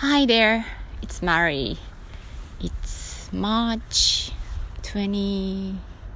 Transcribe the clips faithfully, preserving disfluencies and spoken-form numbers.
Hi there, it's Mary. It's March twenty-third.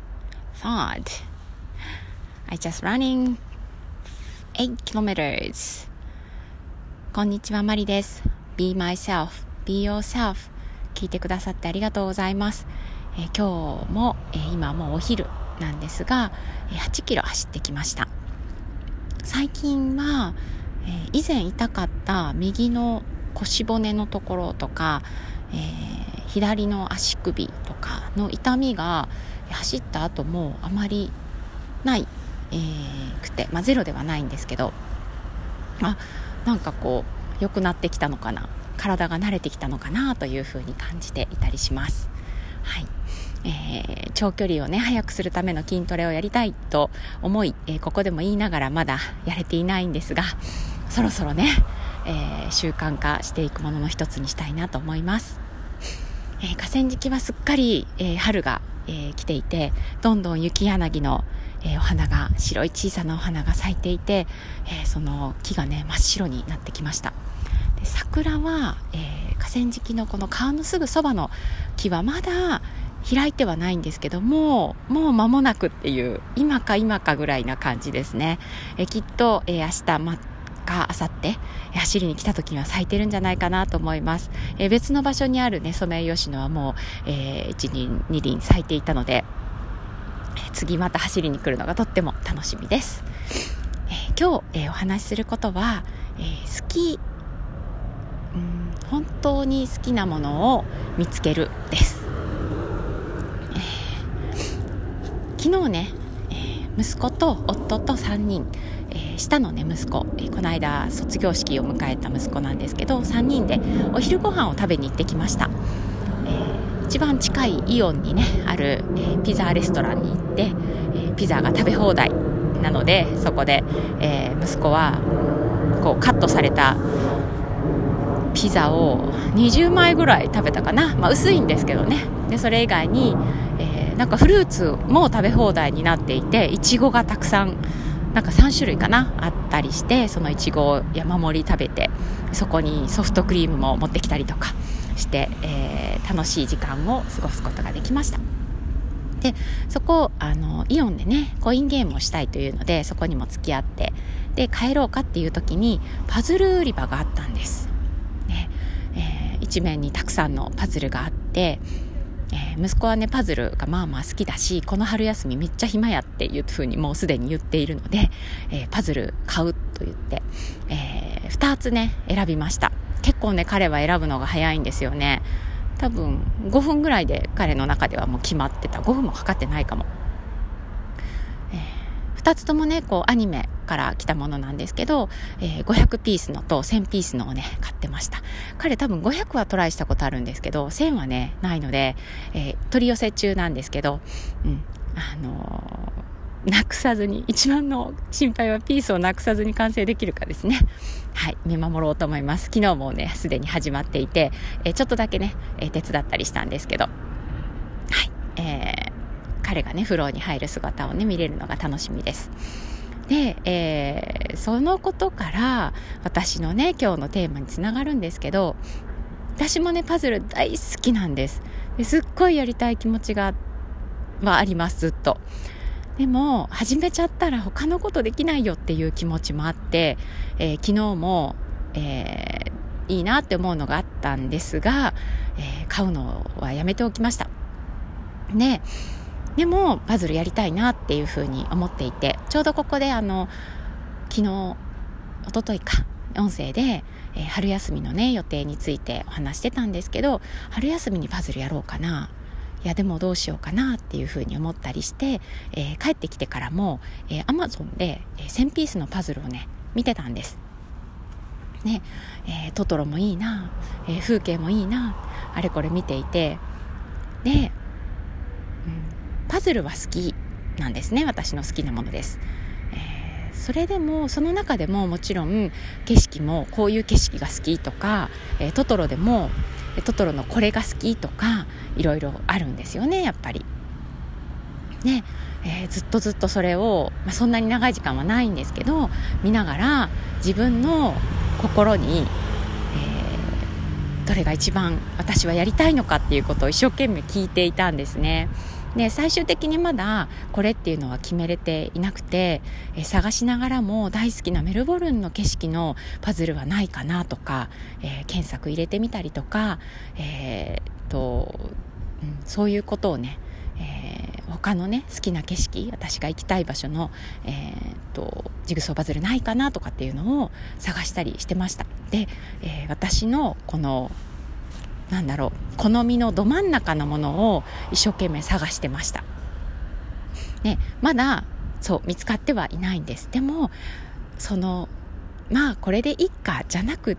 I just running eight kilometers. こんにちは、マリです。Be myself, be yourself. 聞いてくださってありがとうございます。えー、今日も、えー、今もうお昼なんですが、はちキロ走ってきました。最近は、えー、以前痛かった右の腰骨のところとか、えー、左の足首とかの痛みが走った後もあまりない、えー、くて、まあ、ゼロではないんですけど、あ、なんかこう良くなってきたのかな、体が慣れてきたのかなというふうに感じていたりします。はい。えー、長距離をね速くするための筋トレをやりたいと思い、えー、ここでも言いながらまだやれていないんですが、そろそろね、えー、習慣化していくものの一つにしたいなと思います。えー、河川敷はすっかり、えー、春が、えー、来ていて、どんどん雪柳の、えー、お花が白い小さなお花が咲いていて、えー、その木がね真っ白になってきました。で桜は、えー、河川敷のこの川のすぐそばの木はまだ開いてはないんですけども、もう間もなくっていう今か今かぐらいな感じですね。えきっと、えー、明日まか明後日走りに来た時には咲いてるんじゃないかなと思います。えー、別の場所にあるねソメイヨシノはもう、えー、いち輪に輪咲いていたので、えー、次また走りに来るのがとっても楽しみです。えー、今日、えー、お話しすることは、えー、好き、うん、本当に好きなものを見つけるです。昨日ね、えー、息子と夫とさんにん、えー、下のね息子、えー、この間卒業式を迎えた息子なんですけど、さんにんでお昼ご飯を食べに行ってきました。えー、一番近いイオンにねある、えー、ピザレストランに行って、えー、ピザが食べ放題なので、そこで、えー、息子はこうカットされたピザをにじゅうまいぐらい食べたかな、まあ、薄いんですけどね。でそれ以外に、えーなんかフルーツも食べ放題になっていて、いちごがたくさん、なんかさんしゅるいかなあったりして、そのいちごを山盛り食べて、そこにソフトクリームも持ってきたりとかして、えー、楽しい時間を過ごすことができました。でそこあのイオンでねコインゲームをしたいというので、そこにも付き合って、で帰ろうかっていう時にパズル売り場があったんです、ねえー、一面にたくさんのパズルがあって、えー、息子はねパズルがまあまあ好きだし、この春休みめっちゃ暇やっていう風にもうすでに言っているので、えー、パズル買うと言って、えー、ふたつね選びました。結構ね彼は選ぶのが早いんですよね。多分ごふんぐらいで彼の中ではもう決まってた。ごふんもかかってないかも。えー、ふたつともねこうアニメから来たものなんですけど、えー、ごひゃくピースのとせんピースのをね買ってました。彼多分ごひゃくはトライしたことあるんですけど、せんはねないので、えー、取り寄せ中なんですけど、うんあのー、なくさずに、一番の心配はピースをなくさずに完成できるかですね。はい、見守ろうと思います。昨日もねすでに始まっていて、えー、ちょっとだけね、えー、手伝ったりしたんですけど、はい、えー、彼がね風呂に入る姿をね見れるのが楽しみです。で、えー、そのことから私のね今日のテーマにつながるんですけど、私もねパズル大好きなんです。ですっごいやりたい気持ちがはあります。ずっと。でも始めちゃったら他のことできないよっていう気持ちもあって、えー、昨日も、えー、いいなって思うのがあったんですが、えー、買うのはやめておきました。ででもパズルやりたいなっていうふうに思っていて、ちょうどここであの昨日一昨日か音声で、えー、春休みのね予定についてお話してたんですけど、春休みにパズルやろうかな、いやでもどうしようかなっていうふうに思ったりして、えー、帰ってきてからも、えー、Amazon で、えー、せんピースのパズルをね見てたんですね。えー、トトロもいいな、えー、風景もいいな、あれこれ見ていて、でパズルは好きなんですね。私の好きなものです。えー、それでもその中でももちろん景色もこういう景色が好きとか、えー、トトロでもトトロのこれが好きとかいろいろあるんですよね、やっぱりね。えー、ずっとずっとそれを、まあ、そんなに長い時間はないんですけど見ながら自分の心に、えどれが一番私はやりたいのかっていうことを一生懸命聞いていたんですね。で最終的にまだこれっていうのは決めれていなくて、え探しながらも大好きなメルボルンの景色のパズルはないかなとか、えー、検索入れてみたりとか、えー、と、うん、そういうことをね、えー、他のね好きな景色、私が行きたい場所の、えー、とジグソーパズルないかなとかっていうのを探したりしてました。で、えー、私のこのなんだろう好みのど真ん中のものを一生懸命探してました、ね、まだそう見つかってはいないんです。でもそのまあこれでいいかじゃなくって、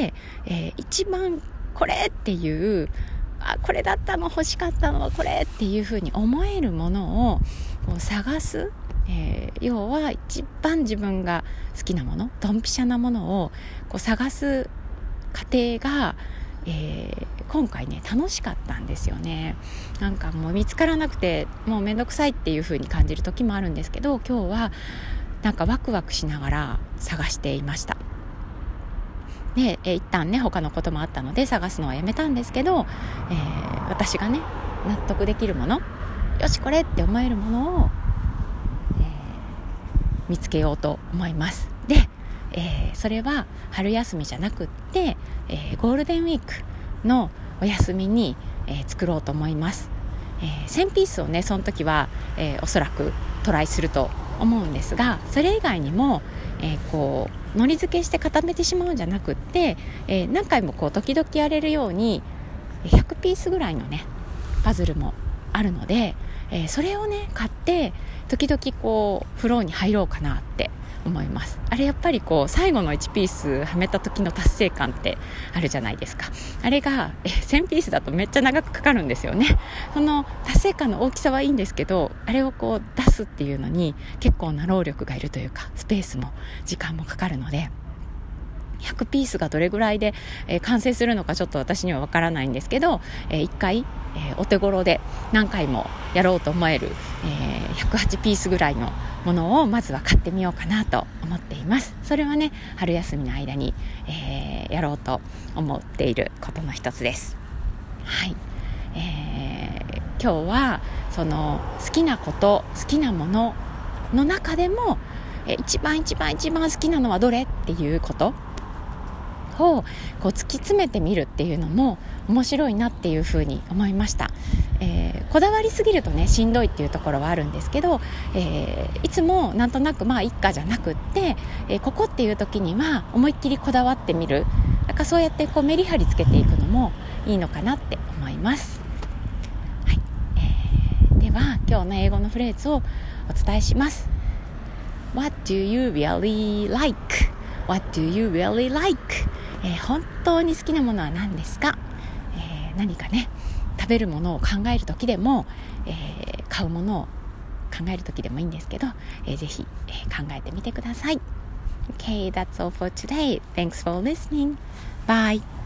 えー、一番これっていうあこれだったの欲しかったのはこれっていうふうに思えるものをこう探す、えー、要は一番自分が好きなものドンピシャなものをこう探す過程がえー、今回ね楽しかったんですよね。なんかもう見つからなくてもうめんどくさいっていう風に感じる時もあるんですけど、今日はなんかワクワクしながら探していました。で、えー、一旦ね他のこともあったので探すのはやめたんですけど、えー、私がね納得できるもの、よしこれって思えるものを、えー、見つけようと思います。でえー、それは春休みじゃなくって、えー、ゴールデンウィークのお休みに、えー、作ろうと思います、えー、せんピースをねその時は、えー、おそらくトライすると思うんですが、それ以外にも、えー、こうのり付けして固めてしまうんじゃなくって、えー、何回もこう時々やれるようにひゃくピースぐらいのねパズルもあるので、えー、それをね買って時々こうフローに入ろうかなって思います。あれやっぱりこう最後のいちピースはめた時の達成感ってあるじゃないですか。あれがえせんピースだとめっちゃ長くかかるんですよね。その達成感の大きさはいいんですけど、あれをこう出すっていうのに結構な労力がいるというかスペースも時間もかかるので、ひゃくピースがどれぐらいで、えー、完成するのかちょっと私にはわからないんですけど、えー、いっかい、えー、お手頃で何回もやろうと思える、えー、ひゃくはちピースぐらいのものをまずは買ってみようかなと思っています。それはね春休みの間に、えー、やろうと思っていることの一つです。はい、えー、今日はその好きなこと好きなものの中でも、えー、一番一番一番好きなのはどれっていうことをこう突き詰めてみるっていうのも面白いなっていうふうに思いました。えー、こだわりすぎるとねしんどいっていうところはあるんですけど、えー、いつもなんとなくまあいっかじゃなくって、えー、ここっていう時には思いっきりこだわってみる、なんかそうやってこうメリハリつけていくのもいいのかなって思います。はい、えー、では今日の英語のフレーズをお伝えします。 What do you really like?What do you really like?、えー、本当に好きなものは何ですか、えー、何かね食べるものを考える時でも、えー、買うものを考える時でもいいんですけど、えー、ぜひ、えー、考えてみてください。 Okay, that's all for today. Thanks for listening. Bye.